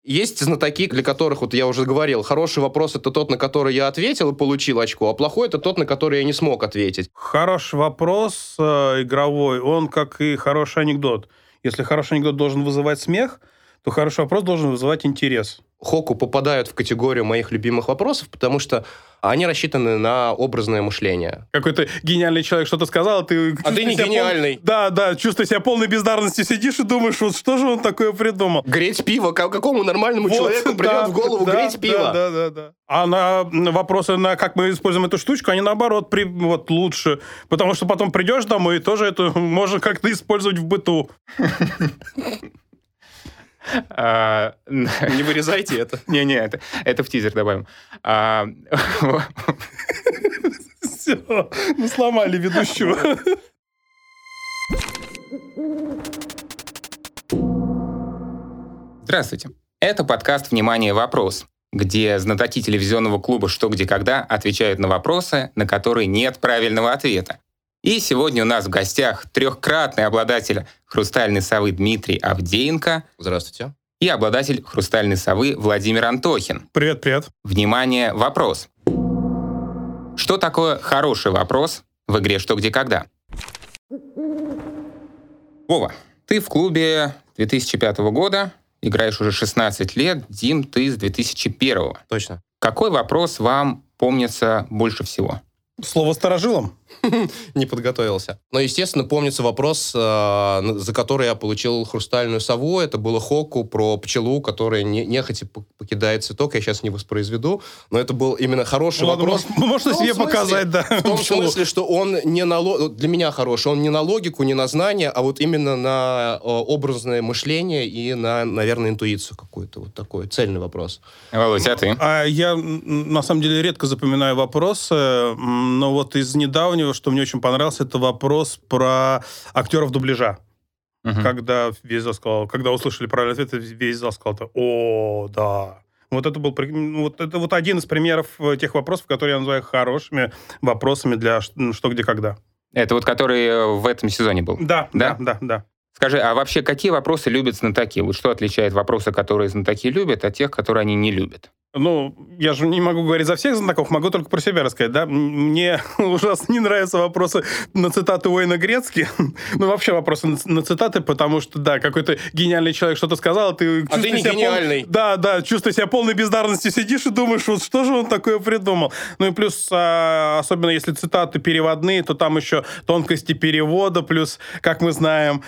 Есть знатоки, для которых, вот я уже говорил, хороший вопрос — это тот, на который я ответил и получил очко, а плохой — это тот, на который я не смог ответить. Хороший вопрос игровой, он как и хороший анекдот. Если хороший анекдот должен вызывать смех, то хороший вопрос должен вызывать интерес. Хоку попадают в категорию моих любимых вопросов, потому что они рассчитаны на образное мышление. Какой-то гениальный человек что-то сказал, ты... А ты не гениальный. Да, чувствуя себя полной бездарности, сидишь и думаешь, вот что же он такое придумал? Греть пиво. Какому нормальному человеку придет в голову греть пиво? Да. А на вопросы, на как мы используем эту штучку, они наоборот лучше. Потому что потом придешь домой и тоже это можно как-то использовать в быту. Не вырезайте это. Не, это в тизер добавим. Все, мы сломали ведущего. Здравствуйте. Это подкаст «Внимание! Вопрос», где знатоки телевизионного клуба «Что, где, когда» отвечают на вопросы, на которые нет правильного ответа. И сегодня у нас в гостях трехкратный обладатель «Хрустальной совы» Дмитрий Авдеенко. Здравствуйте. И обладатель «Хрустальной совы» Владимир Антохин. Привет. Внимание! Вопрос. Что такое хороший вопрос в игре «Что, где, когда»? Вова, ты в клубе 2005 года, играешь уже 16 лет. Дим, ты с 2001. Точно. Какой вопрос вам помнится больше всего? Слово «старожилом». Не подготовился. Но, естественно, помнится вопрос, за который я получил «Хрустальную сову». Это было Хоку про пчелу, которая нехотя покидает цветок. Я сейчас не воспроизведу. Но это был именно хороший вопрос. Можно себе показать, да. В том смысле, что он не на... Для меня хороший. Он не на логику, не на знание, а вот именно на образное мышление и на, наверное, интуицию какую-то. Вот такой цельный вопрос. Володь, а ты? Я, на самом деле, редко запоминаю вопросы, но вот из недавнего, что мне очень понравился, это вопрос про актеров дубляжа. Когда весь зал сказал, когда услышали правильный ответ, весь зал сказал: «О, да». Вот это был один из примеров тех вопросов, которые я называю хорошими вопросами для «Что, где, когда». Это вот который в этом сезоне был? Да. Скажи, а вообще какие вопросы любят знатоки? Вот что отличает вопросы, которые знатоки любят, от тех, которые они не любят? Я же не могу говорить за всех знатоков, могу только про себя рассказать, да? Мне ужасно не нравятся вопросы на цитаты Уэйна Грецки. Вообще вопросы на цитаты, потому что, да, какой-то гениальный человек что-то сказал, ты... А ты не гениальный. Да, чувствуя себя полной бездарности, сидишь и думаешь, вот что же он такое придумал? И плюс, особенно если цитаты переводные, то там еще тонкости перевода, плюс, как мы знаем,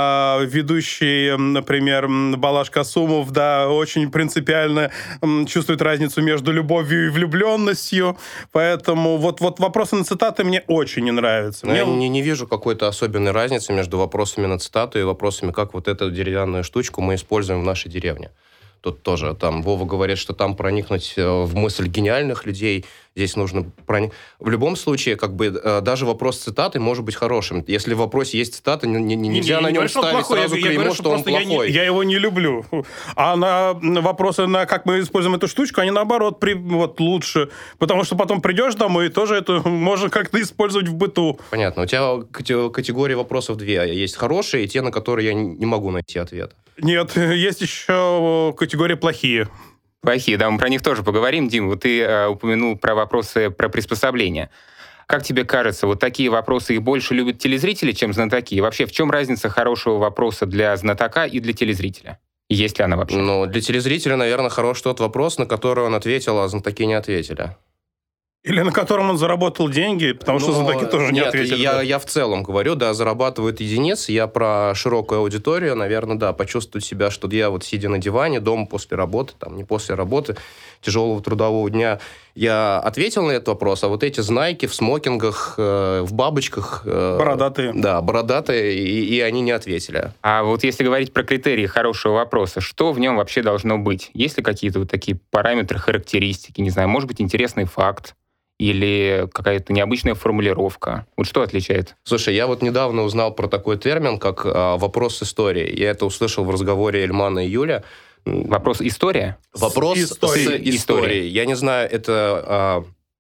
ведущий, например, Балаш Касумов, да, очень принципиально чувствует разницу между любовью и влюбленностью. Поэтому вот вопросы на цитаты мне очень не нравятся. Я не вижу какой-то особенной разницы между вопросами на цитату и вопросами, как вот эту деревянную штучку мы используем в нашей деревне. Тут тоже там Вова говорит, что там проникнуть в мысль гениальных людей, здесь нужно проникнуть. В любом случае, даже вопрос цитаты может быть хорошим. Если в вопросе есть цитата, нельзя на нем ставить сразу клеймо, что он плохой. Я его не люблю. А на вопросы, на как мы используем эту штучку, они наоборот лучше. Потому что потом придешь домой, и тоже это можно как-то использовать в быту. Понятно. У тебя категории вопросов две. Есть хорошие и те, на которые я не могу найти ответа. Нет, есть еще категории плохие. Плохие, да, мы про них тоже поговорим. Дим, вот ты упомянул про вопросы про приспособления. Как тебе кажется, вот такие вопросы их больше любят телезрители, чем знатоки? И вообще, в чем разница хорошего вопроса для знатока и для телезрителя? Есть ли она вообще? Для телезрителя, наверное, хорош тот вопрос, на который он ответил, а знатоки не ответили. Или на котором он заработал деньги, потому что знатоки тоже не ответили. Я в целом говорю, да, зарабатывают единицы. Я про широкую аудиторию, наверное, да, почувствовать себя, что я вот сидя на диване дома после работы, там, не после работы, тяжелого трудового дня, я ответил на этот вопрос, а вот эти знайки в смокингах, в бабочках... Бородатые. Да, бородатые, и они не ответили. А вот если говорить про критерии хорошего вопроса, что в нем вообще должно быть? Есть ли какие-то вот такие параметры, характеристики, не знаю, может быть, интересный факт? Или какая-то необычная формулировка? Вот что отличает? Слушай, я вот недавно узнал про такой термин, как вопрос с историей. Я это услышал в разговоре Эльмана и Юля. Вопрос история? Вопрос с историей. Я не знаю, это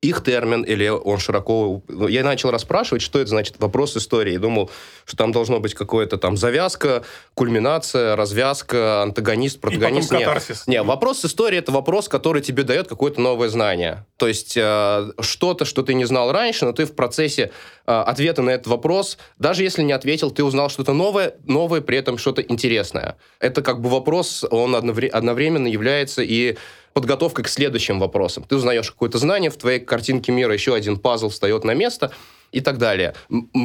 их термин, или он широко... Я начал расспрашивать, что это значит вопрос истории. Думал, что там должно быть какое-то там завязка, кульминация, развязка, антагонист, протагонист. И потом катарсис. Нет, вопрос истории — это вопрос, который тебе дает какое-то новое знание. То есть что-то, что ты не знал раньше, но ты в процессе ответа на этот вопрос, даже если не ответил, ты узнал что-то новое, при этом что-то интересное. Это как бы вопрос, он одновременно является и подготовкой к следующим вопросам. Ты узнаешь какое-то знание, в твоей картинке мира еще один пазл встает на место и так далее.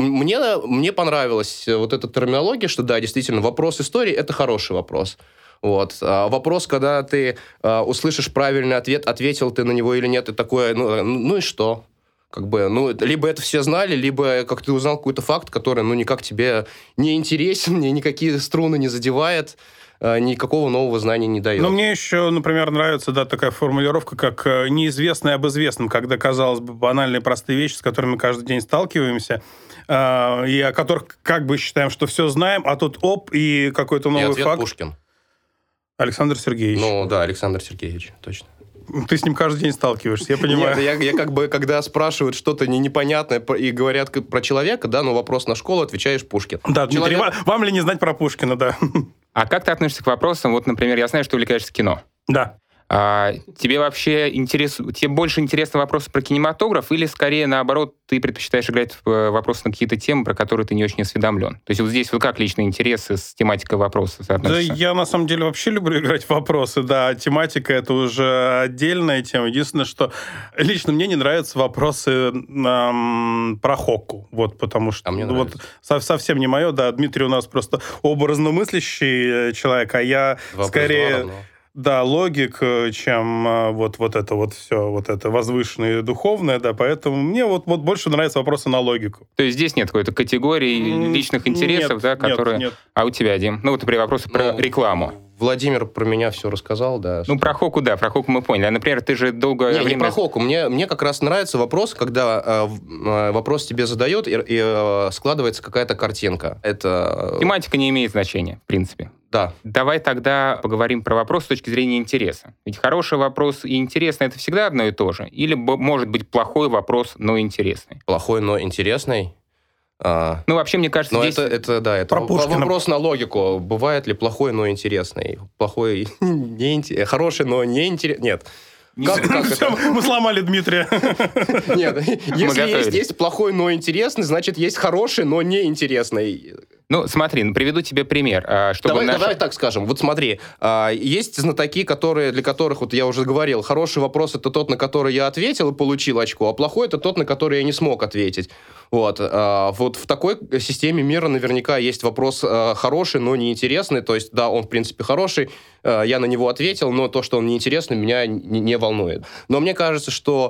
Мне понравилась вот эта терминология, что да, действительно, вопрос истории — это хороший вопрос. Вот. А вопрос, когда ты услышишь правильный ответ, ответил ты на него или нет, и такое, ну и что? Как бы, либо это все знали, либо как ты узнал какой-то факт, который, никак тебе не интересен, никакие струны не задевает, никакого нового знания не дает. Но мне еще, например, нравится такая формулировка, как «неизвестное об известном», когда, казалось бы, банальные простые вещи, с которыми мы каждый день сталкиваемся, и о которых как бы считаем, что все знаем, а тут и какой-то новый ответ факт. Пушкин. Александр Сергеевич. Да, Александр Сергеевич, точно. Ты с ним каждый день сталкиваешься, я понимаю. Нет, я как бы, когда спрашивают что-то непонятное и говорят про человека, да, вопрос на школу, отвечаешь Пушкин. Да, Дмитрий, вам ли не знать про Пушкина, да. А как ты относишься к вопросам? Вот, например, я знаю, что ты увлекаешься кино. Да. Тебе вообще тебе больше интересны вопросы про кинематограф, или скорее, наоборот, ты предпочитаешь играть в вопросы на какие-то темы, про которые ты не очень осведомлен? То есть вот здесь вот как личные интересы с тематикой вопроса соотносятся? Да, я на самом деле вообще люблю играть в вопросы, да. Тематика — это уже отдельная тема. Единственное, что лично мне не нравятся вопросы про хокку. Вот, потому что совсем не мое. Да, Дмитрий у нас просто образно мыслящий человек, а я скорее... Да, логик, чем вот это вот все, вот это возвышенное и духовное, да, поэтому мне вот больше нравятся вопросы на логику. То есть здесь нет какой-то категории личных интересов, да, которые... Нет. А у тебя, Дим? Вот, например, вопросы про рекламу. Владимир про меня все рассказал, да. Про хокку, да, про хокку мы поняли. А, например, ты же долгое время... Не про хокку. Мне как раз нравится вопрос, когда вопрос тебе задают, и складывается какая-то картинка. Это... Тематика не имеет значения, в принципе. Да. Давай тогда поговорим про вопрос с точки зрения интереса. Ведь хороший вопрос и интересный — это всегда одно и то же? Или может быть плохой вопрос, но интересный? Плохой, но интересный? Вообще, мне кажется, здесь... Это вопрос на логику. Бывает ли плохой, но интересный? Плохой, хороший, но не интересный? Нет. Мы сломали Дмитрия. Нет, если есть плохой, но интересный, значит, есть хороший, но неинтересный. Смотри, приведу тебе пример. Давай так скажем. Вот смотри, есть знатоки, для которых, вот я уже говорил, хороший вопрос — это тот, на который я ответил и получил очко, а плохой — это тот, на который я не смог ответить. Вот в такой системе мира наверняка есть вопрос хороший, но неинтересный. То есть, да, он, в принципе, хороший, я на него ответил, но то, что он неинтересный, меня не волнует. Но мне кажется, что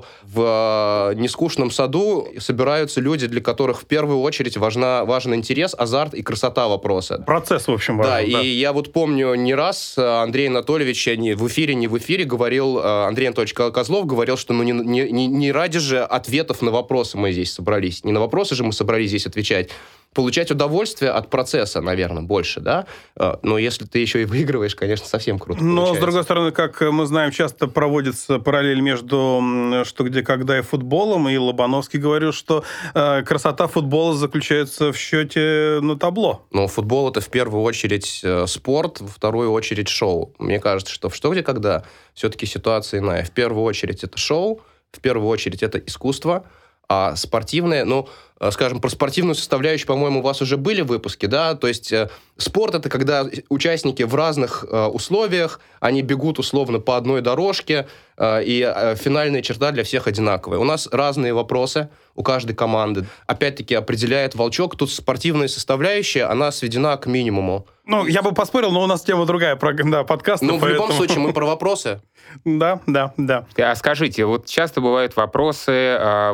в нескучном саду собираются люди, для которых в первую очередь важен интерес, азарт и красота вопроса. Процесс, в общем, важен. Да, и я вот помню не раз Андрей Анатольевич не в эфире говорил, Андрей Анатольевич Козлов говорил, что не ради же ответов на вопросы мы здесь собрались, не на вопросы же мы собрались здесь отвечать. Получать удовольствие от процесса, наверное, больше, да? Но если ты еще и выигрываешь, конечно, совсем круто получается. Но, с другой стороны, как мы знаем, часто проводится параллель между «Что, где, когда» и футболом, и Лобановский говорил, что красота футбола заключается в счете на табло. Но футбол — это в первую очередь спорт, во вторую очередь шоу. Мне кажется, что в «Что, где, когда» все-таки ситуация иная. В первую очередь это шоу, в первую очередь это искусство, а спортивное, скажем, про спортивную составляющую, по-моему, у вас уже были выпуски, да, то есть спорт — это когда участники в разных условиях, они бегут условно по одной дорожке, и финальная черта для всех одинаковая. У нас разные вопросы у каждой команды. Опять-таки определяет волчок, тут спортивная составляющая, она сведена к минимуму. Я бы поспорил, но у нас тема другая, подкаст. В любом случае, мы про вопросы. Да. А скажите, вот часто бывают вопросы,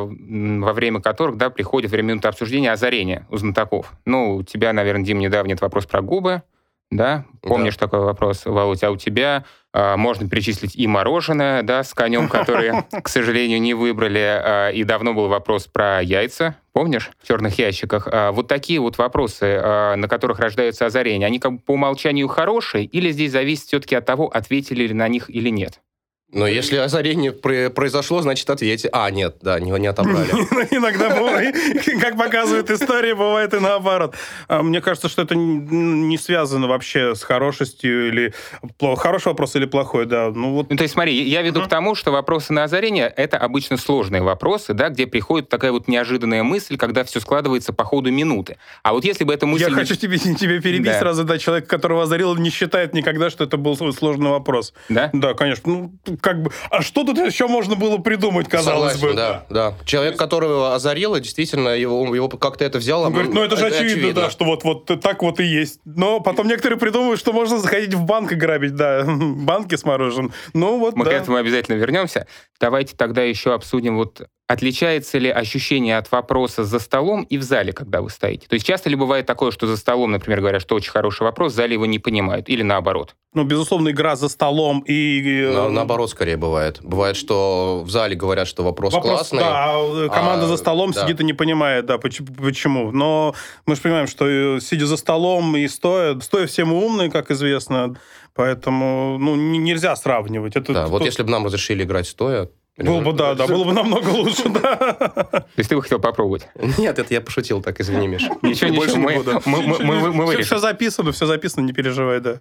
во время которых, да, приходит время минуты обсуждения озарения у знатоков. У тебя, наверное, Дим, недавно нет вопрос про губы, да? Помнишь такой вопрос, Володь? А у тебя можно перечислить и мороженое, да, с конем, которые, к сожалению, не выбрали. И давно был вопрос про яйца, помнишь, в черных ящиках. Вот такие вот вопросы, на которых рождаются озарения, они как бы по умолчанию хорошие, или здесь зависит все-таки от того, ответили ли на них или нет? Но если озарение произошло, значит, ответьте. Нет, да, не отобрали. Иногда бывает, как показывает история, бывает и наоборот. Мне кажется, что это не связано вообще с хорошестью или... Хороший вопрос или плохой, да. То есть, смотри, я веду к тому, что вопросы на озарение — это обычно сложные вопросы, да, где приходит такая вот неожиданная мысль, когда все складывается по ходу минуты. А вот если бы эта мысль... Я хочу тебе перебить сразу, да, человек, которого озарил, не считает никогда, что это был сложный вопрос. Да? Да, конечно. А что тут еще можно было придумать, казалось бы? Да. Человек, которого озарило, действительно, его как-то это взял. Он говорит, это же очевидно, да, что вот так вот и есть. Но потом некоторые придумывают, что можно заходить в банк и грабить, да, банки с мороженым. Мы к этому обязательно вернемся. Давайте тогда еще обсудим, отличается ли ощущение от вопроса за столом и в зале, когда вы стоите? То есть часто ли бывает такое, что за столом, например, говорят, что очень хороший вопрос, в зале его не понимают, или наоборот? Безусловно, игра за столом и... Наоборот, скорее бывает. Бывает, что в зале говорят, что вопрос классный. Да, команда за столом сидит и не понимает, да, почему. Но мы же понимаем, что сидя за столом и стоя все мы умные, как известно, поэтому нельзя сравнивать. Если бы нам разрешили играть стоя... Было бы намного лучше, да. То есть ты бы хотел попробовать? Нет, это я пошутил, так, извини, Миша. Ничего, больше не буду. Мы вырежем. Все записано, не переживай, да.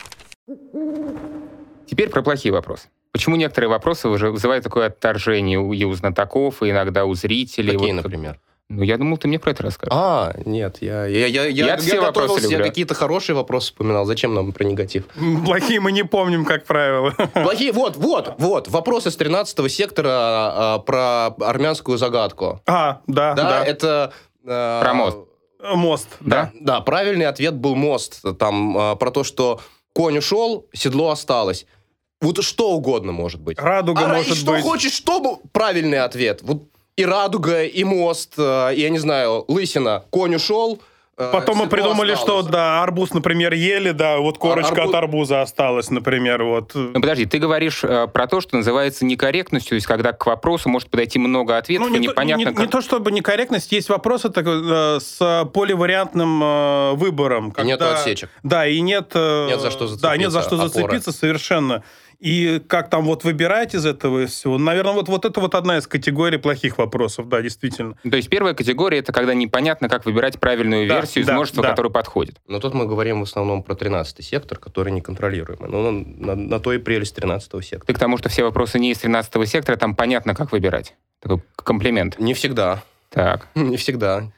Теперь про плохие вопросы. Почему некоторые вопросы вызывают такое отторжение и у знатоков, и иногда у зрителей? Какие, например? Я думал, ты мне про это расскажешь. Нет, я все вопросы люблю. Я какие-то хорошие вопросы вспоминал. Зачем нам про негатив? Плохие мы не помним, как правило. Плохие, вот. Вопрос из 13-го сектора про армянскую загадку. Да. Это... Про мост. Мост, да. Да, правильный ответ был мост. Там про то, что конь ушел, седло осталось. Вот что угодно может быть. Радуга может быть. Что хочешь, чтобы правильный ответ. И радуга, и мост, я не знаю, лысина. Конь ушел. Потом мы придумали, осталось. Что арбуз, например, ели, корочка от арбуза осталась, например, Подожди, ты говоришь про то, что называется некорректностью, то есть когда к вопросу может подойти много ответов, и непонятно как... Не то чтобы некорректность, есть вопросы с поливариантным выбором. И нет отсечек. Да, и нет... Нет за что зацепиться. Да, нет за что зацепиться, совершенно. И как там выбирать из этого всего? Наверное, это одна из категорий плохих вопросов, да, действительно. То есть первая категория — это когда непонятно, как выбирать правильную версию из множества, которое подходит. Но тут мы говорим в основном про 13-й сектор, который неконтролируемый. На то и прелесть 13-го сектора. Ты к тому, что все вопросы не из 13-го сектора, там понятно, как выбирать. Такой комплимент. Не всегда. Так. Не всегда.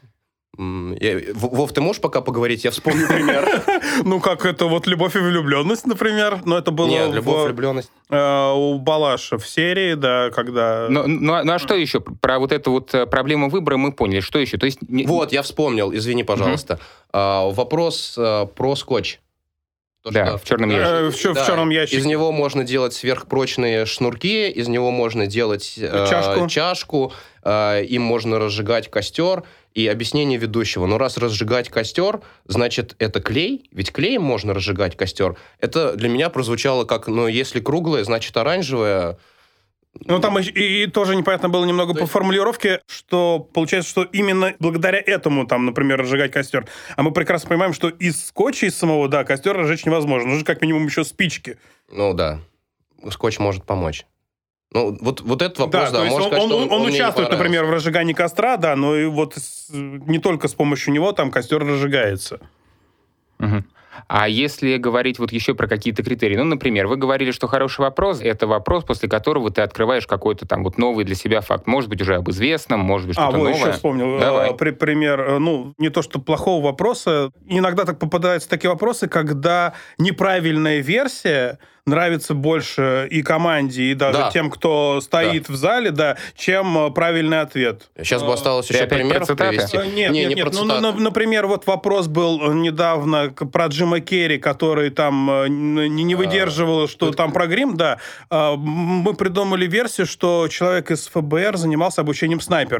Вов, ты можешь пока поговорить? Я вспомню пример. Как это «Любовь и влюбленность», например. Но это было... Нет, «Любовь и влюбленность». У Балаша в серии, да, когда... А что еще? Про эту проблему выбора мы поняли. Что еще? То есть... я вспомнил. Извини, пожалуйста. Вопрос про скотч. В черном ящике. В черном ящике. Из него можно делать сверхпрочные шнурки, из него можно делать чашку, им можно разжигать костер. И объяснение ведущего. Раз разжигать костер, значит, это клей. Ведь клеем можно разжигать костер. Это для меня прозвучало как, если круглое, значит, оранжевое. Там и тоже непонятно было немного по формулировке, что получается, что именно благодаря этому, например, разжигать костер. А мы прекрасно понимаем, что из скотча, из самого, костер разжечь невозможно. Нужно как минимум еще спички. Да. Скотч может помочь. Этот вопрос, да, можно сказать, что он участвует, например, в разжигании костра, да, но и не только с помощью него костер разжигается. Угу. А если говорить еще про какие-то критерии, например, вы говорили, что хороший вопрос — это вопрос, после которого ты открываешь какой-то новый для себя факт. Может быть, уже об известном, может быть, что-то новое. Еще вспомнил. Давай. Пример, не то что плохого вопроса, иногда так попадаются такие вопросы, когда неправильная версия нравится больше и команде, и даже тем, кто стоит в зале, чем правильный ответ. Сейчас бы осталось еще пример привести. Нет. Например, вопрос был недавно про Джима Керри, который не выдерживал, что там про грим, мы придумали версию, что человек из ФБР занимался обучением снайперов.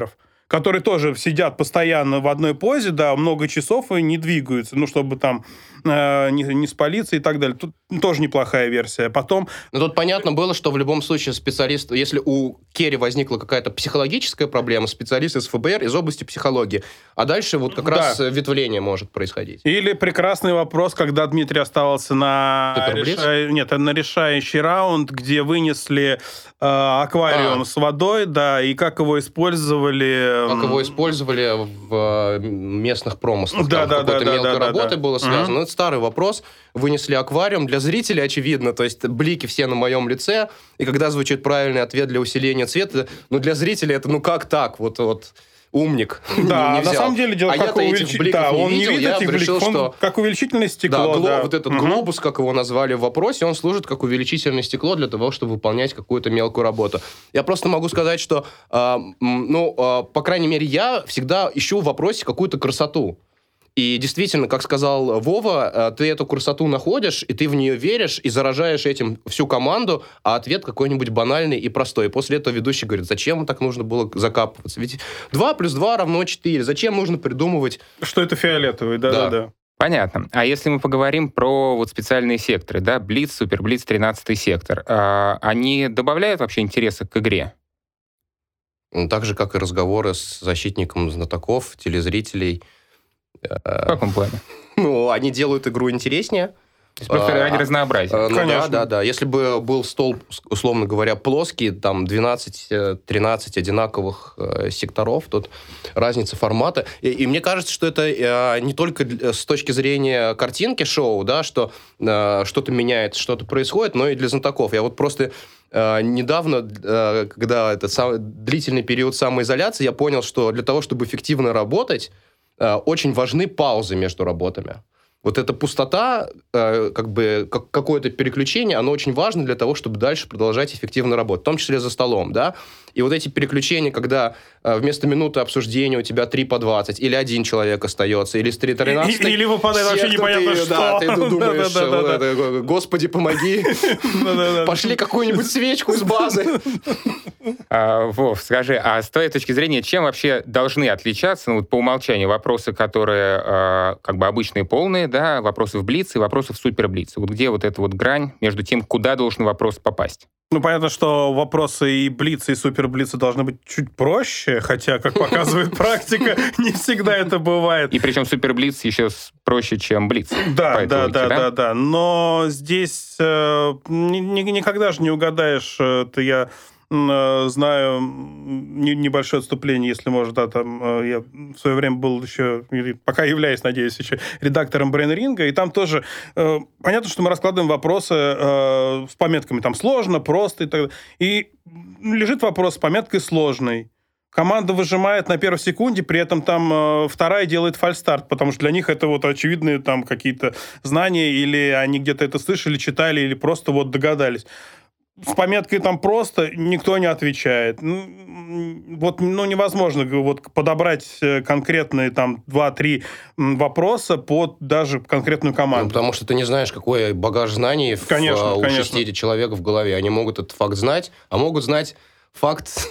которые тоже сидят постоянно в одной позе, да, много часов и не двигаются, ну, чтобы там не спалиться и так далее. Тут тоже неплохая версия. Потом... Но тут понятно было, что в любом случае специалист, если у Керри возникла какая-то психологическая проблема, специалист из ФБР из области психологии, а дальше вот как раз ветвление может происходить. Или прекрасный вопрос, когда Дмитрий оставался на решающий раунд, где вынесли аквариум с водой, да, и как его использовали... Как его использовали в местных промыслах. Да, там какой-то мелкой работой было связано. Угу. Ну, это старый вопрос. Вынесли аквариум. Для зрителей очевидно, то есть блики все на моем лице, и когда звучит правильный ответ для усиления цвета, ну, для зрителей это, ну, как так? Вот умник. Да, не взял. На самом деле дело как увеличительное. Да, он не видит этих бликов, он как увеличительное стекло. Да, вот этот глобус, как его назвали в вопросе, он служит как увеличительное стекло для того, чтобы выполнять какую-то мелкую работу. Я просто могу сказать, что, по крайней мере, я всегда ищу в вопросе какую-то красоту. И действительно, как сказал Вова, ты эту красоту находишь, и ты в нее веришь, и заражаешь этим всю команду, а ответ какой-нибудь банальный и простой. И после этого ведущий говорит, зачем так нужно было закапываться? Ведь 2 + 2 = 4. Зачем нужно придумывать... Что это фиолетовый, да. Понятно. А если мы поговорим про вот специальные секторы, да, Блиц, Суперблиц, 13-й сектор, они добавляют вообще интереса к игре? Так же, как и разговоры с защитником знатоков, телезрителей. В каком плане? Ну, они делают игру интереснее. Просто ради разнообразия. Конечно. Да. Если бы был стол, условно говоря, плоский, там 12-13 одинаковых секторов, тут разница формата. И мне кажется, что это не только с точки зрения картинки шоу, да, что что-то меняется, что-то происходит, но и для знатоков. Я вот просто недавно, когда длительный период самоизоляции, я понял, что для того, чтобы эффективно работать, очень важны паузы между работами. Вот эта пустота, какое-то переключение, оно очень важно для того, чтобы дальше продолжать эффективно работать, в том числе за столом, да. И вот эти переключения, когда вместо минуты обсуждения у тебя 3 по 20, или один человек остается, или с 3:13... Или выпадает вообще непонятно что. Да, ты думаешь, Господи, помоги, пошли какую-нибудь свечку из базы. Вов, скажи, а с твоей точки зрения, чем вообще должны отличаться, по умолчанию, вопросы, которые обычные, полные, да, вопросы в Блиц и вопросы в Суперблиц? Вот где вот эта вот грань между тем, куда должен вопрос попасть? Ну, понятно, что вопросы и Блица, и Суперблица должны быть чуть проще, хотя, как показывает практика, не всегда это бывает. И причем Суперблиц еще проще, чем Блиц. Да. Но здесь никогда же не угадаешь. Это я знаю небольшое отступление, если можно, да, там я в свое время был еще, пока являюсь, надеюсь, еще редактором Брейн-ринга, и там тоже понятно, что мы раскладываем вопросы с пометками, там сложно, просто и так далее. И лежит вопрос с пометкой сложный. Команда выжимает на первой секунде, при этом там вторая делает фальстарт, потому что для них это вот очевидные там какие-то знания, или они где-то это слышали, читали, или просто вот догадались. С пометкой там просто никто не отвечает. Невозможно подобрать конкретные там 2-3 вопроса под даже конкретную команду. Потому что ты не знаешь, какой багаж знаний у 6 человек в голове. Они могут этот факт знать, а могут знать факт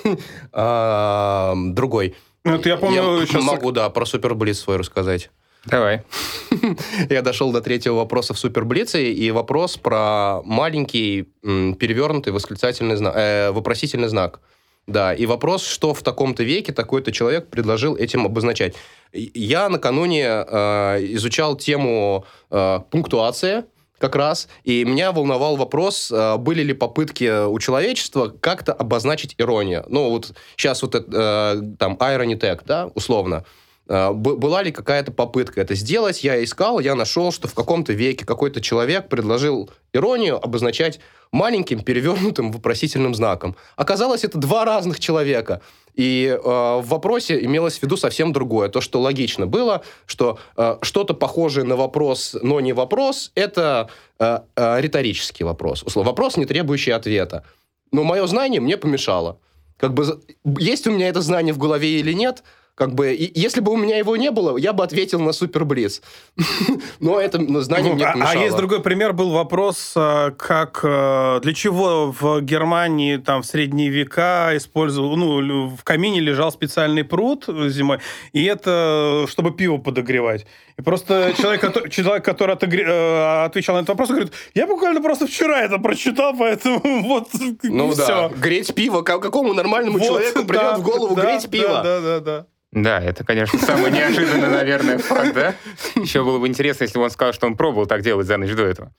другой. Это я помню... Я могу, про Суперблиц свой рассказать. Давай. Я дошел до 3-го вопроса в Суперблице, и вопрос про маленький перевернутый вопросительный знак. Да, и вопрос, что в таком-то веке такой-то человек предложил этим обозначать. Я накануне изучал тему пунктуации как раз, и меня волновал вопрос, были ли попытки у человечества как-то обозначить иронию. Ну, вот сейчас вот это, там, irony tag, да, условно. Была ли какая-то попытка это сделать? Я искал, я нашел, что в каком-то веке какой-то человек предложил иронию обозначать маленьким перевернутым вопросительным знаком. Оказалось, это 2 разных человека. И в вопросе имелось в виду совсем другое. То, что логично было, что что-то похожее на вопрос, но не вопрос, это риторический вопрос. Вопрос, не требующий ответа. Но мое знание мне помешало. Есть у меня это знание в голове или нет? Как бы, если бы у меня его не было, я бы ответил на Супер Блиц. Но это знание мне помешало. А есть другой пример, был вопрос, как для чего в Германии там в средние века использовал, в камине лежал специальный пруд зимой, и это чтобы пиво подогревать. И просто человек, который отвечал на этот вопрос, говорит, я буквально просто вчера это прочитал, поэтому вот ну все. Да, греть пиво, какому нормальному человеку придет в голову греть пиво? Да. Да, это, конечно, самый неожиданный, наверное, факт, да? Еще было бы интересно, если бы он сказал, что он пробовал так делать за ночь до этого.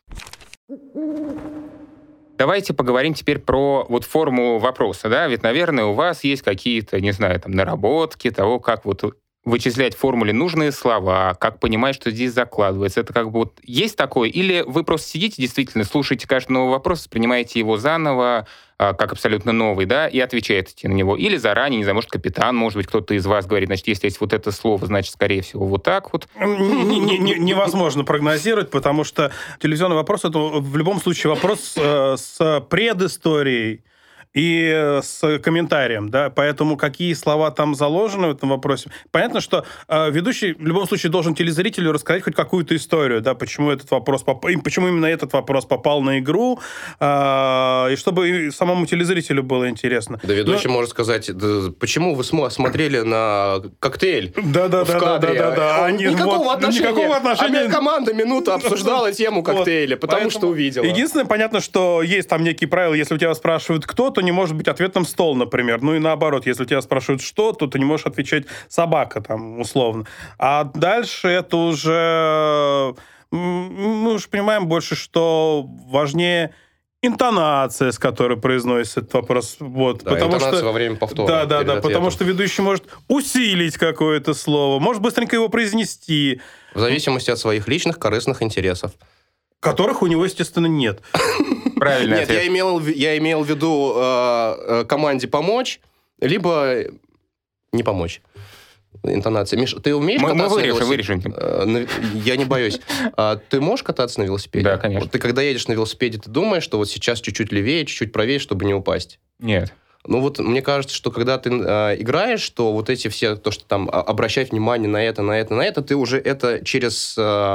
Давайте поговорим теперь про вот форму вопроса, да? Ведь, наверное, у вас есть какие-то, не знаю, там, наработки того, как вот вычислять в формуле нужные слова, как понимать, что здесь закладывается. Это как бы вот есть такое? Или вы просто сидите, действительно, слушаете каждый новый вопрос, принимаете его заново, как абсолютно новый, да, и отвечаете на него. Или заранее, не знаю, может, капитан, может быть, кто-то из вас говорит, значит, если есть вот это слово, значит, скорее всего, вот так вот. Невозможно прогнозировать, потому что телевизионный вопрос — это в любом случае вопрос с предысторией и с комментарием, да, поэтому какие слова там заложены в этом вопросе. Понятно, что ведущий в любом случае должен телезрителю рассказать хоть какую-то историю, да, почему именно этот вопрос попал на игру, и чтобы самому телезрителю было интересно. Да, ведущий может сказать, почему вы смотрели на коктейль в кадре? Да. Никакого отношения. А команда минуту обсуждала тему коктейля, потому что увидела. Единственное, понятно, что есть там некие правила, если у тебя спрашивают кто, то не может быть ответом стол, например. Ну и наоборот, если тебя спрашивают что, то ты не можешь отвечать собака, там, условно. А дальше это уже... Мы уже понимаем больше, что важнее интонация, с которой произносится этот вопрос. Вот, да, потому интонация во время повтора. Да, потому что ведущий может усилить какое-то слово, может быстренько его произнести. В зависимости от своих личных корыстных интересов. Которых у него, естественно, нет. Правильно. Нет, я имел в виду команде помочь, либо не помочь. Интонация. Миш, ты умеешь кататься на велосипеде? Вырежем. Я не боюсь. Ты можешь кататься на велосипеде? Да, конечно. Вот ты когда едешь на велосипеде, ты думаешь, что вот сейчас чуть-чуть левее, чуть-чуть правее, чтобы не упасть? Нет. Ну вот мне кажется, что когда ты играешь, то вот эти все, то, что там обращать внимание на это, ты уже это через...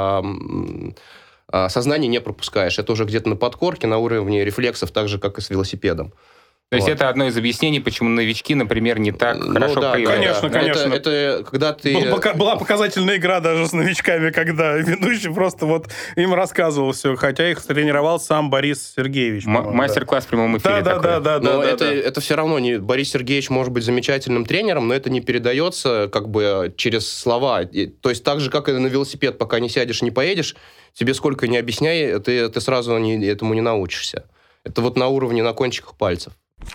сознание не пропускаешь. Это уже где-то на подкорке, на уровне рефлексов, так же, как и с велосипедом. То есть это одно из объяснений, почему новички, например, не так хорошо проявляют. Конечно. Это когда ты... Была показательная игра даже с новичками, когда ведущий просто вот им рассказывал все, хотя их тренировал сам Борис Сергеевич. Мастер-класс в прямом эфире такой. Да. Но это все равно не... Борис Сергеевич может быть замечательным тренером, но это не передается как бы через слова. То есть так же, как и на велосипед, пока не сядешь, не поедешь, тебе сколько не объясняй, ты сразу этому не научишься. Это вот на уровне, на кончиках пальцев.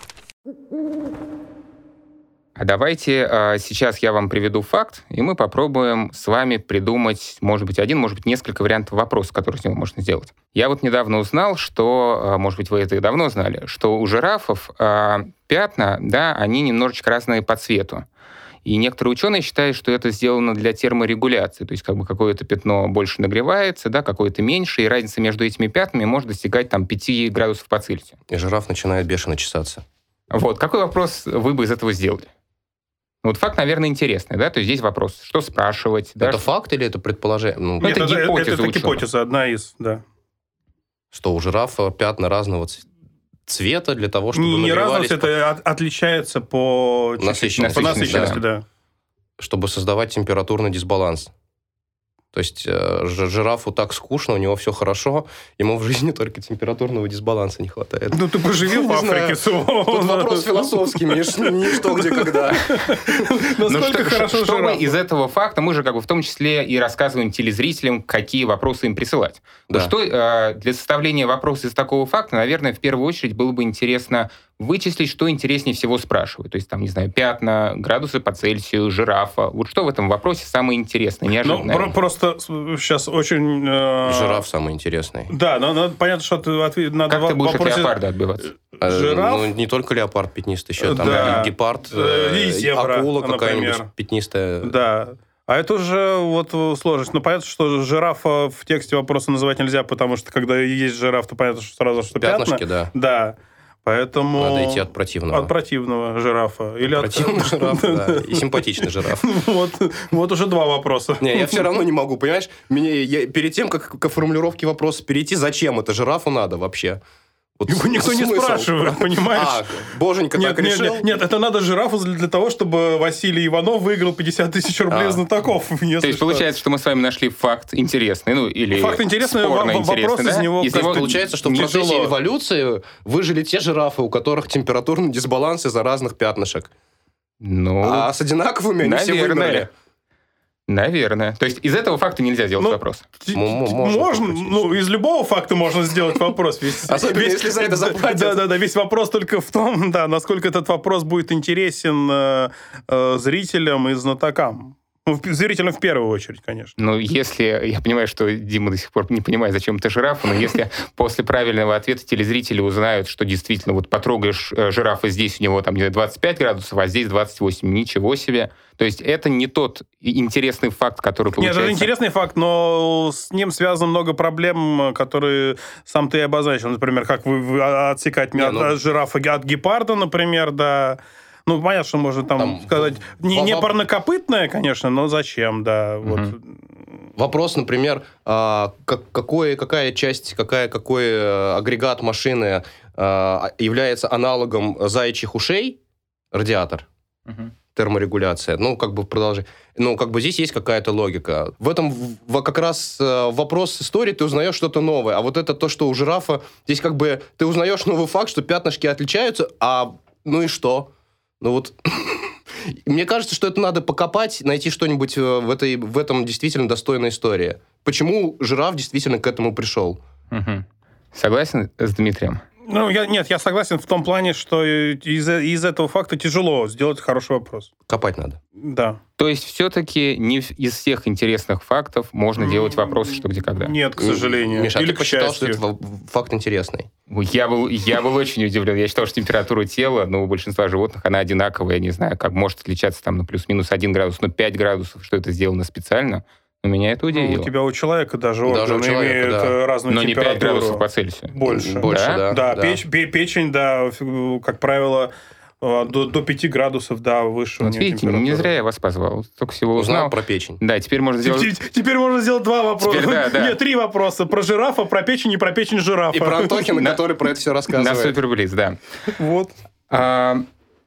А давайте сейчас я вам приведу факт, и мы попробуем с вами придумать, может быть, один, может быть, несколько вариантов вопросов, которые с него можно сделать. Я вот недавно узнал, что, может быть, вы это и давно знали, что у жирафов пятна, да, они немножечко разные по цвету. И некоторые ученые считают, что это сделано для терморегуляции, то есть как бы какое-то пятно больше нагревается, да, какое-то меньше, и разница между этими пятнами может достигать там 5 градусов по Цельсию. И жираф начинает бешено чесаться. Вот, какой вопрос вы бы из этого сделали? Вот факт, наверное, интересный, да? То есть здесь вопрос, что спрашивать? Это да? факт или это предположение? Это гипотеза, одна из, да. Что у жирафа пятна разного цвета для того, чтобы не нагревались... разность, это отличается по насыщенности, да. Чтобы создавать температурный дисбаланс. То есть жирафу так скучно, у него все хорошо, ему в жизни только температурного дисбаланса не хватает. Ну, ты поживи в Африке. Тут вопрос философский, не что, где, когда. Насколько хорошо что мы жираф. из этого факта, мы же как бы в том числе и рассказываем телезрителям, какие вопросы им присылать. Да. Что для составления вопроса из такого факта, наверное, в первую очередь было бы интересно вычислить, что интереснее всего спрашивают. То есть, там, не знаю, пятна, градусы по Цельсию, жирафа. Вот что в этом вопросе самое интересное, неожиданное? Ну, просто сейчас очень... Жираф самый интересный. Да, но понятно, что надо... Как ты будешь от леопарда отбиваться? Жираф? Ну, не только леопард пятнистый, еще там Да. и гепард, И зебра, акула какая-нибудь например. пятнистая. Да. А это уже вот сложность. Ну, понятно, что жирафа в тексте вопроса называть нельзя, потому что когда есть жираф, то понятно, что сразу, что Пятнышки, пятна. да. Да. Поэтому... Надо идти от противного. От противного жирафа. Или от противного жирафа, да. И симпатичный жираф. Вот уже два вопроса. Не, я все равно не могу, понимаешь? Перед тем, как к формулировке вопроса перейти, зачем это жирафу надо вообще? Его никто не спрашивает, понимаешь? Боженька так решил? Нет, это надо жирафу для того, чтобы Василий Иванов выиграл 50 тысяч рублей знатоков. То есть получается, что мы с вами нашли факт интересный, ну или факт интересный, вопрос из него... Получается, что в процессе эволюции выжили те жирафы, у которых температурный дисбаланс из-за разных пятнышек. А с одинаковыми они все выбрали. Наверное. То есть из этого факта нельзя сделать вопрос? Можно. Ну, из любого факта можно сделать вопрос. Особенно, если за это заплатят. Да. Весь вопрос только в том, да, насколько этот вопрос будет интересен зрителям и знатокам. Зрителям в первую очередь, конечно. Ну, если... Я понимаю, что Дима до сих пор не понимает, зачем это жирафа, но если после правильного ответа телезрители узнают, что действительно вот потрогаешь жирафа здесь, у него там 25 градусов, а здесь 28, ничего себе. То есть это не тот интересный факт, который получается... Нет, это интересный факт, но с ним связано много проблем, которые сам ты и обозначил. Например, как вы отсекать от жирафа от гепарда, например, да... Ну, понятно, что можно там сказать... Не парнокопытное, конечно, но зачем, да. Вот. Вопрос, например, какая часть, какой агрегат машины является аналогом заячьих ушей? Радиатор. Терморегуляция. Ну, как бы продолжить. Ну, как бы здесь есть какая-то логика. В этом как раз вопрос истории, ты узнаешь что-то новое. А вот это то, что у жирафа... Здесь как бы ты узнаешь новый факт, что пятнышки отличаются, ну и что? Ну вот, мне кажется, что это надо покопать, найти что-нибудь в этом действительно достойной истории. Почему жираф действительно к этому пришел? Согласен с Дмитрием? Ну, я согласен в том плане, что из этого факта тяжело сделать хороший вопрос. Копать надо. Да. То есть все-таки не из всех интересных фактов можно делать вопросы, что где когда? Нет, к сожалению. Миша, ты посчитал, что это факт интересный? Я был очень удивлен. Я считал, что температура тела, у большинства животных, она одинаковая. Я не знаю, как может отличаться там на плюс-минус 1 градус, 5 градусов, что это сделано специально. Но меня это удивило. У тебя у человека даже органы имеют разную температуру. Но не 5 градусов по Цельсию. Больше, да. Да, печень, да, как правило, до 5 градусов, да, выше. Вот видите, не зря я вас позвал. Только всего узнал про печень. Да, теперь можно сделать... Теперь можно сделать 2 вопроса. Нет, 3 вопроса. Про жирафа, про печень и про печень жирафа. И про Антохина, который про это все рассказывает. На Суперблиц, да. Вот. Я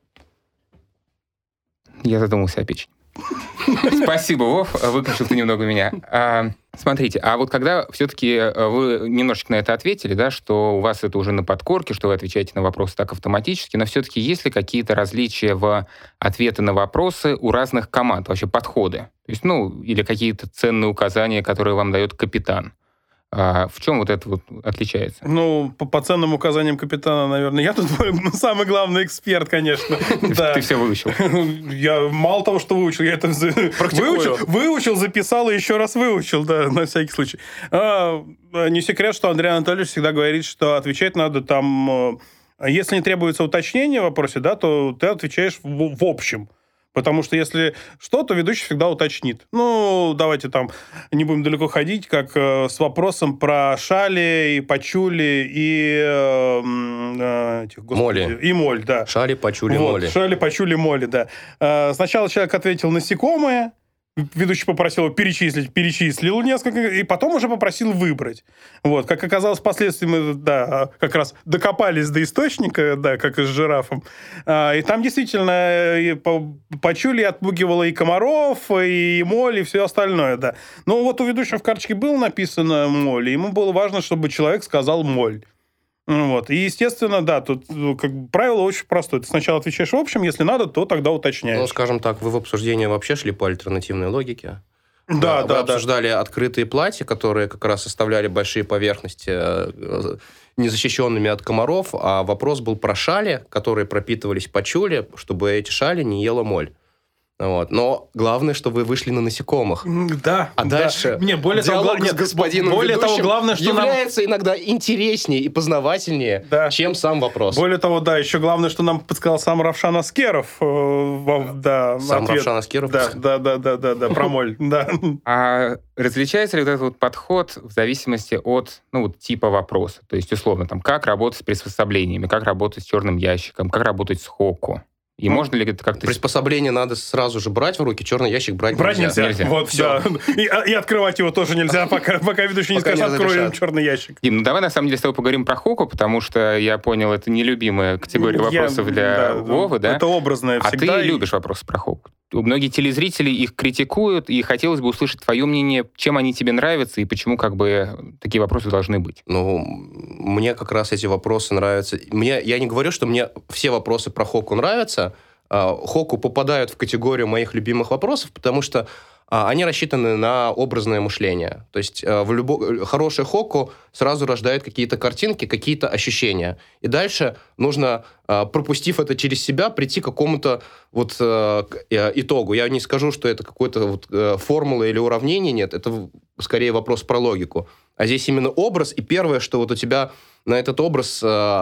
задумался о печени. Спасибо, Вов, выключил ты немного меня. Смотрите, а вот когда все-таки вы немножечко на это ответили, да, что у вас это уже на подкорке, что вы отвечаете на вопросы так автоматически, но все-таки есть ли какие-то различия в ответы на вопросы у разных команд, вообще подходы? То есть, или какие-то ценные указания, которые вам дает капитан? В чем вот это вот отличается? По ценным указаниям капитана, наверное, я тут самый главный эксперт, конечно. Ты все выучил? Я мало того, что выучил, я это выучил, записал и еще раз выучил, да, на всякий случай. Не секрет, что Андрей Анатольевич всегда говорит, что отвечать надо там... Если не требуется уточнения в вопросе, да, то ты отвечаешь в общем. Потому что если что, то ведущий всегда уточнит. Давайте там не будем далеко ходить, как с вопросом про шали, и пачули, и... моли. И моль, да. Шали, пачули, моли. Шали, пачули, моли, да. Сначала человек ответил насекомые, ведущий попросил его перечислил несколько, и потом уже попросил выбрать. Вот. Как оказалось, впоследствии мы, да, как раз докопались до источника, да, как и с жирафом. И там действительно пачули отпугивало и комаров, и моль, и все остальное, да. Но вот у ведущего в карточке было написано моль, и ему было важно, чтобы человек сказал моль. Вот. И, естественно, да, тут правило очень простое. Ты сначала отвечаешь в общем, если надо, то тогда уточняешь. Скажем так, вы в обсуждении вообще шли по альтернативной логике. Да. Вы обсуждали открытые платья, которые как раз оставляли большие поверхности незащищенными от комаров, а вопрос был про шали, которые пропитывались пачули, чтобы эти шали не ела моль. Вот. Но главное, что вы вышли на насекомых. Да. А дальше Не, более диалог того, с господином более того, ведущим главное, что является иногда интереснее и познавательнее, Да. чем сам вопрос. Более того, да, еще главное, что нам подсказал сам Равшан Аскеров. Да, Сам ответ. Равшан Аскеров? Да, про моль, да. А различается ли вот этот вот подход в зависимости от типа вопроса? То есть, условно, там, как работать с приспособлениями, как работать с черным ящиком, как работать с Хокку? И можно ли это как-то... Приспособление надо сразу же брать в руки, черный ящик брать нельзя. Вот, Всё. да. И открывать его тоже нельзя, пока ведущий не Пока скажет, не откроем разрешат. черный ящик. Дим, давай на самом деле с тобой поговорим про Хокку, потому что я понял, это нелюбимая категория вопросов для Вовы, да? Это образное А всегда. ты любишь вопросы про Хокку. Многие телезрители их критикуют, и хотелось бы услышать твое мнение, чем они тебе нравятся и почему такие вопросы должны быть. Мне как раз эти вопросы нравятся. Я не говорю, что мне все вопросы про Хокку нравятся. Хокку попадают в категорию моих любимых вопросов, потому что они рассчитаны на образное мышление. То есть хороший Хокку сразу рождает какие-то картинки, какие-то ощущения. И дальше нужно, пропустив это через себя, прийти к какому-то итогу. Я не скажу, что это какой-то формула или уравнение, нет. Это скорее вопрос про логику. А здесь именно образ, и первое, что у тебя на этот образ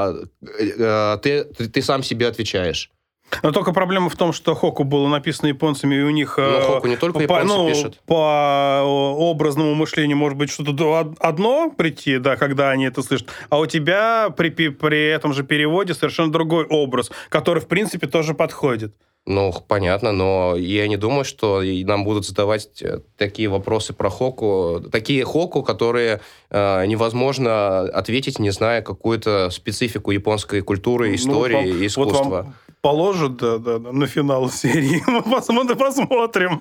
ты сам себе отвечаешь. Но только проблема в том, что Хокку было написано японцами, и у них... Но Хокку не только японцы пишут. По образному мышлению может быть что-то одно прийти, да, когда они это слышат, а у тебя при этом же переводе совершенно другой образ, который, в принципе, тоже подходит. Понятно, но я не думаю, что нам будут задавать такие вопросы про Хокку, такие Хокку, которые невозможно ответить, не зная какую-то специфику японской культуры, истории и искусства. Вот вам положат на финал серии, мы посмотрим.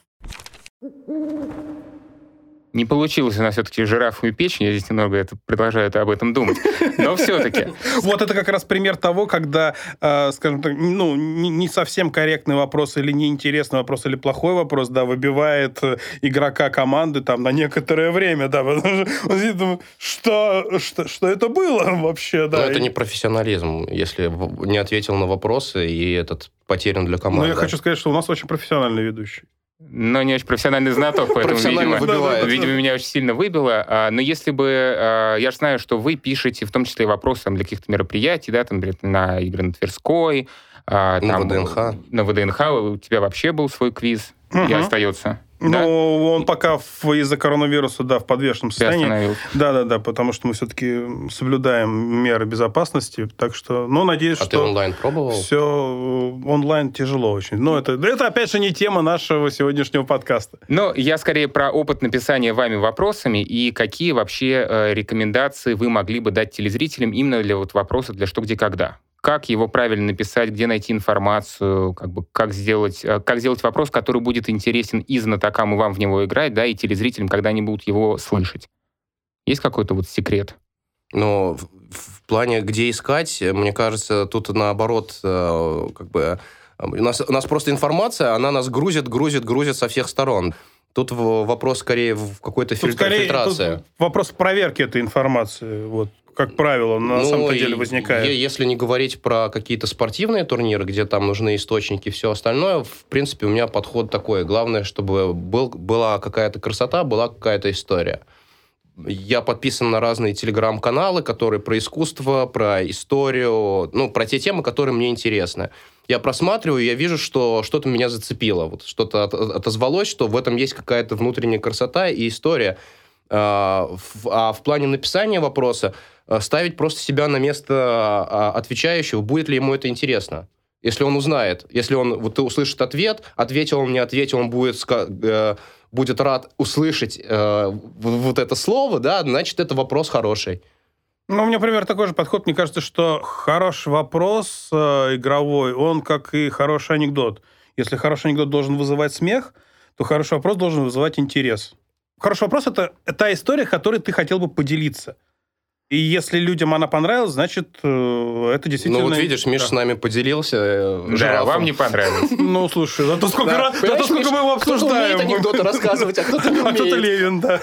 Не получилось у нас все-таки жирафу и печень, я здесь немного продолжаю об этом думать. Но все-таки. Вот это как раз пример того, когда, скажем так, не совсем корректный вопрос или неинтересный вопрос, или плохой вопрос, да, выбивает игрока команды там на некоторое время, да, потому что он сидит, думает, что это было вообще, да. Но это не профессионализм, если не ответил на вопросы, и этот потерян для команды. Но я хочу сказать, что у нас очень профессиональный ведущий. Но не очень профессиональный знаток, поэтому, видимо, меня очень сильно выбило. Но если бы... Я же знаю, что вы пишете, в том числе и вопросы для каких-то мероприятий, да, там, на игры на Тверской, на ВДНХ. На ВДНХ у тебя вообще был свой квиз, и остается. Да? Он пока из-за коронавируса, в подвешенном состоянии. Да, потому что мы все-таки соблюдаем меры безопасности, так что, надеюсь, что... А ты онлайн пробовал? Все онлайн тяжело очень. Но это опять же, не тема нашего сегодняшнего подкаста. Я скорее про опыт написания вами вопросами и какие вообще рекомендации вы могли бы дать телезрителям именно для вопроса «Для что, где, когда». Как его правильно написать, где найти информацию, как сделать вопрос, который будет интересен и знатокам, и вам в него играть, да, и телезрителям, когда они будут его слышать. Есть какой-то секрет? В плане, где искать, мне кажется, тут наоборот, у нас просто информация, она нас грузит со всех сторон. Тут вопрос скорее в какой-то фильтрации. Вопрос проверки этой информации, как правило, на самом деле возникает. Если не говорить про какие-то спортивные турниры, где там нужны источники и все остальное, в принципе, у меня подход такой. Главное, чтобы была какая-то красота, была какая-то история. Я подписан на разные телеграм-каналы, которые про искусство, про историю, про те темы, которые мне интересны. Я просматриваю, я вижу, что что-то меня зацепило, что-то отозвалось, что в этом есть какая-то внутренняя красота и история. А в плане написания вопроса ставить просто себя на место отвечающего, будет ли ему это интересно. Если он узнает, если он услышит ответ, ответил он, не ответил, он будет рад услышать это слово, да, значит, это вопрос хороший. У меня, например, такой же подход. Мне кажется, что хороший вопрос игровой, он как и хороший анекдот. Если хороший анекдот должен вызывать смех, то хороший вопрос должен вызывать интерес. Хороший вопрос – это та история, которой ты хотел бы поделиться. И если людям она понравилась, значит, это действительно... видишь, Миша с нами поделился. Да, вам не понравилось. Слушай, зато сколько мы его обсуждаем. Кто-то умеет анекдоты рассказывать, а кто-то не умеет. А кто-то Левин, да.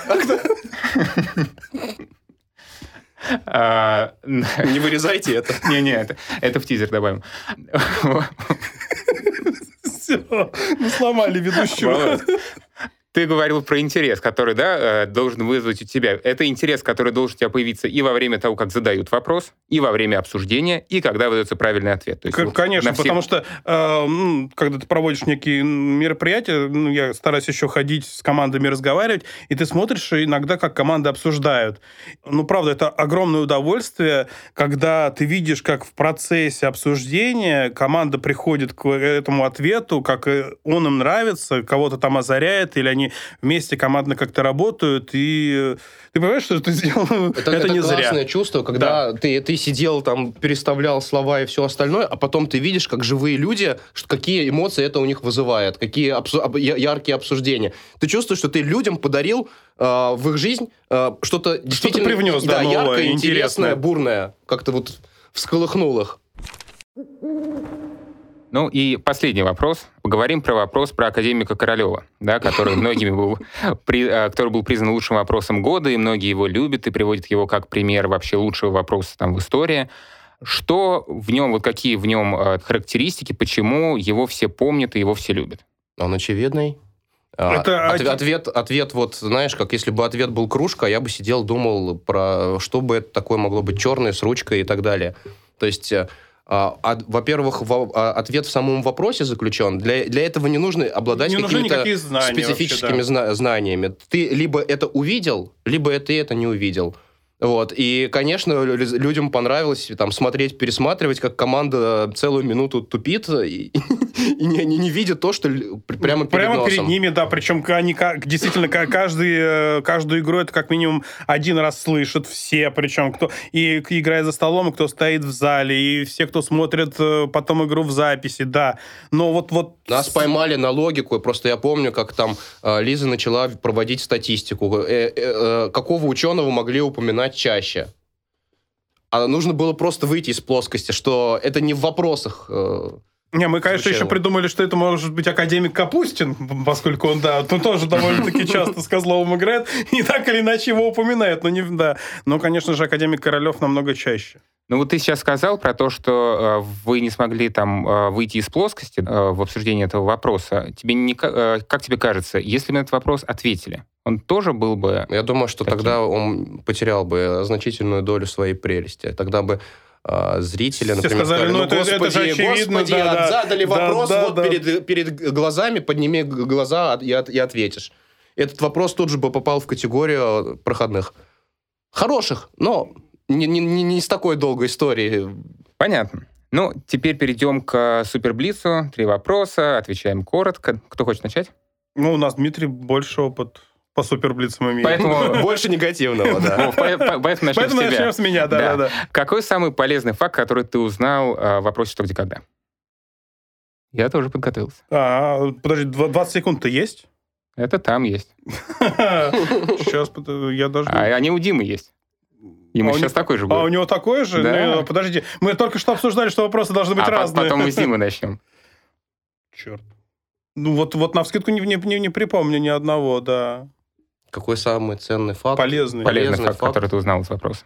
Не вырезайте это. Не, это в тизер добавим. Все, сломали ведущего. Ты говорил про интерес, который, должен вызвать у тебя. Это интерес, который должен у тебя появиться и во время того, как задают вопрос, и во время обсуждения, и когда выдается правильный ответ. То есть Конечно, потому что когда ты проводишь некие мероприятия, я стараюсь еще ходить с командами, разговаривать, и ты смотришь иногда, как команды обсуждают. Правда, это огромное удовольствие, когда ты видишь, как в процессе обсуждения команда приходит к этому ответу, как он им нравится, кого-то там озаряет, или они вместе командно как-то работают, и ты понимаешь, что ты сделал это не зря. Это классное чувство, когда ты сидел там, переставлял слова и все остальное, а потом ты видишь, как живые люди, какие эмоции это у них вызывает, какие яркие обсуждения. Ты чувствуешь, что ты людям подарил в их жизнь что-то действительно привнес, новое, яркое, интересное, бурное, как-то вот всколыхнул их. И последний вопрос. Поговорим про вопрос про академика Королева, который многими был признан лучшим вопросом года, и многие его любят и приводят его как пример вообще лучшего вопроса в истории. Что в нем, какие в нем характеристики, почему его все помнят и его все любят? Он очевидный. Ответ, знаешь, как если бы ответ был кружка, я бы сидел, думал про, что бы это такое могло быть, черное, с ручкой и так далее. То есть... во-первых, ответ в самом вопросе заключен. Для этого не нужно обладать какими-то специфическими знаниями. Ты либо это увидел, либо ты это не увидел. И, конечно, людям понравилось смотреть, пересматривать, как команда целую минуту тупит и не видит то, что прямо перед носом. Перед ними, причем они действительно каждую игру это как минимум один раз слышат все, причем кто и играя за столом, и кто стоит в зале, и все, кто смотрит потом игру в записи, да. Но вот... Нас поймали на логику, просто я помню, как там Лиза начала проводить статистику. Какого ученого могли упоминать чаще? А нужно было просто выйти из плоскости, что это не в вопросах. Мы, конечно, еще придумали, что это может быть академик Капустин, поскольку он, тоже довольно-таки часто с Козловым играет, и так или иначе его упоминают, но, конечно же, академик Королев намного чаще. Ты сейчас сказал про то, что вы не смогли выйти из плоскости в обсуждении этого вопроса. Как тебе кажется, если бы на этот вопрос ответили, он тоже был бы... Я думаю, что тогда он потерял бы значительную долю своей прелести. Тогда бы зрители, например, сказали, это же очевидно, задали вопрос перед глазами, подними глаза и ответишь. Этот вопрос тут же бы попал в категорию проходных. Хороших, но не с такой долгой историей. Понятно. Теперь перейдем к Суперблицу. 3 вопроса, отвечаем коротко. Кто хочет начать? У нас Дмитрий больше опыт по Суперблицам имеет. Поэтому больше негативного, да. Поэтому начнем с меня, да. Какой самый полезный факт, который ты узнал в вопросе «Что, где, когда»? Я тоже подготовился. Подожди, 20 секунд-то есть? Это там есть. Сейчас, я даже... Они у Димы есть. Ему сейчас такой же будет. У него такой же? Да. Подождите, мы только что обсуждали, что вопросы должны быть разные. Потом мы с Димой начнем. Черт. Вот навскидку не припомню ни одного, да. Какой самый ценный факт? Полезный факт, который ты узнал из вопроса.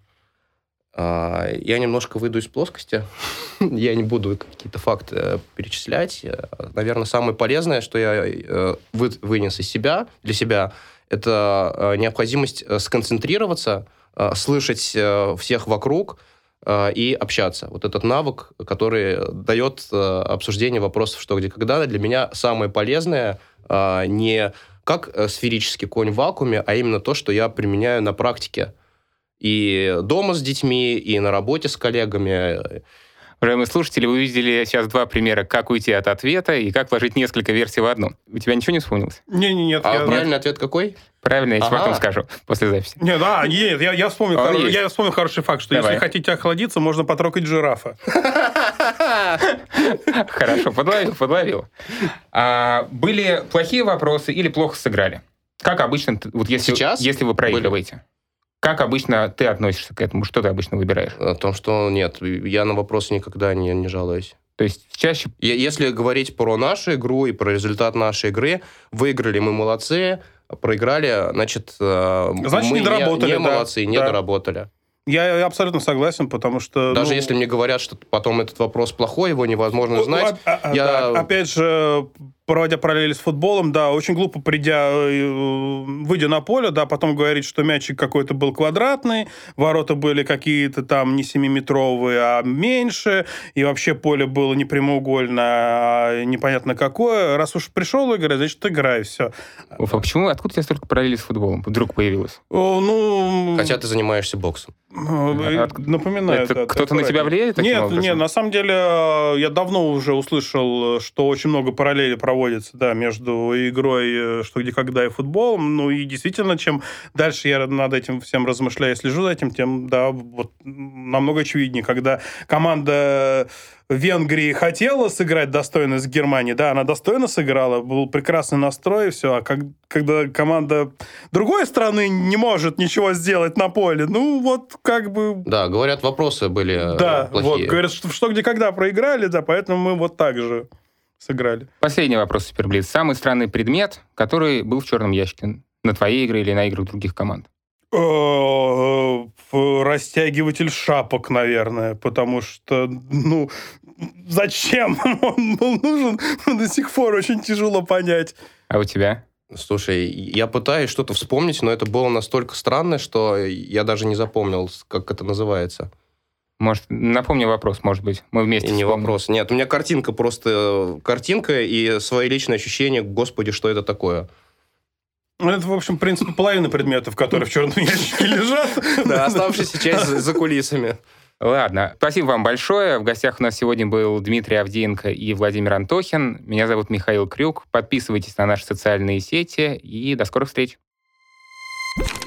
Я немножко выйду из плоскости. Я не буду какие-то факты перечислять. Наверное, самое полезное, что я вынес для себя, это необходимость сконцентрироваться, слышать всех вокруг и общаться. Вот этот навык, который дает обсуждение вопросов «Что, где, когда», для меня самое полезное не как сферический конь в вакууме, а именно то, что я применяю на практике. И дома с детьми, и на работе с коллегами. Уважаемые слушатели, вы видели сейчас 2 примера, как уйти от ответа и как вложить несколько версий в одну. У тебя ничего не вспомнилось? Нет. Правильный ответ какой? Правильно, я тебе потом скажу, после записи. Нет, я вспомнил хороший факт, что если хотите охладиться, можно потрогать жирафа. Хорошо, подловил. Были плохие вопросы или плохо сыграли? Как обычно, если вы проигрываете? Как обычно ты относишься к этому? Что ты обычно выбираешь? О том, что нет, я на вопросы никогда не жалуюсь. То есть чаще... Если говорить про нашу игру и про результат нашей игры, выиграли мы молодцы, проиграли, значит мы не доработали. Не молодцы, не доработали. Я абсолютно согласен, потому что... Даже если мне говорят, что потом этот вопрос плохой, его невозможно знать, да. Опять же, проводя параллели с футболом, да, очень глупо, выйдя на поле, да, потом говорить, что мячик какой-то был квадратный, ворота были какие-то там не 7-метровые, а меньше, и вообще поле было не прямоугольное, а непонятно какое. Раз уж пришел в игры, значит, играй, все. А почему? Откуда у тебя столько параллелей с футболом вдруг появилось? Хотя ты занимаешься боксом. Напоминаю. Кто-то на тебя влияет таким образом? Нет, на самом деле я давно уже услышал, что очень много параллелей проводится, да, между игрой «Что, где, когда» и футболом. Ну и действительно, чем дальше я над этим всем размышляю, слежу за этим, тем, да, вот намного очевиднее. Когда команда Венгрии хотела сыграть достойно с Германией, да, она достойно сыграла, был прекрасный настрой, все. А когда команда другой страны не может ничего сделать на поле, ну вот как бы... Да, говорят, вопросы были да, плохие. Вот, говорят, что где когда проиграли, да, поэтому мы вот так же сыграли. Последний вопрос, Суперблиц. Самый странный предмет, который был в черном ящике на твоей игре или на играх других команд? Растягиватель шапок, наверное, потому что, ну, зачем он был нужен, до сих пор очень тяжело понять. А у тебя? Слушай, я пытаюсь что-то вспомнить, но это было настолько странно, что я даже не запомнил, как это называется. Может, напомни вопрос, может быть, мы вместе Не вспомним. вопрос. Нет, у меня картинка и свои личные ощущения, господи, что это такое. Это, в общем, в принципе, половина предметов, которые в черном ящике лежат. Да, оставшаяся часть за кулисами. Ладно, спасибо вам большое. В гостях у нас сегодня был Дмитрий Авдеенко и Владимир Антохин. Меня зовут Михаил Крюк. Подписывайтесь на наши социальные сети и до скорых встреч.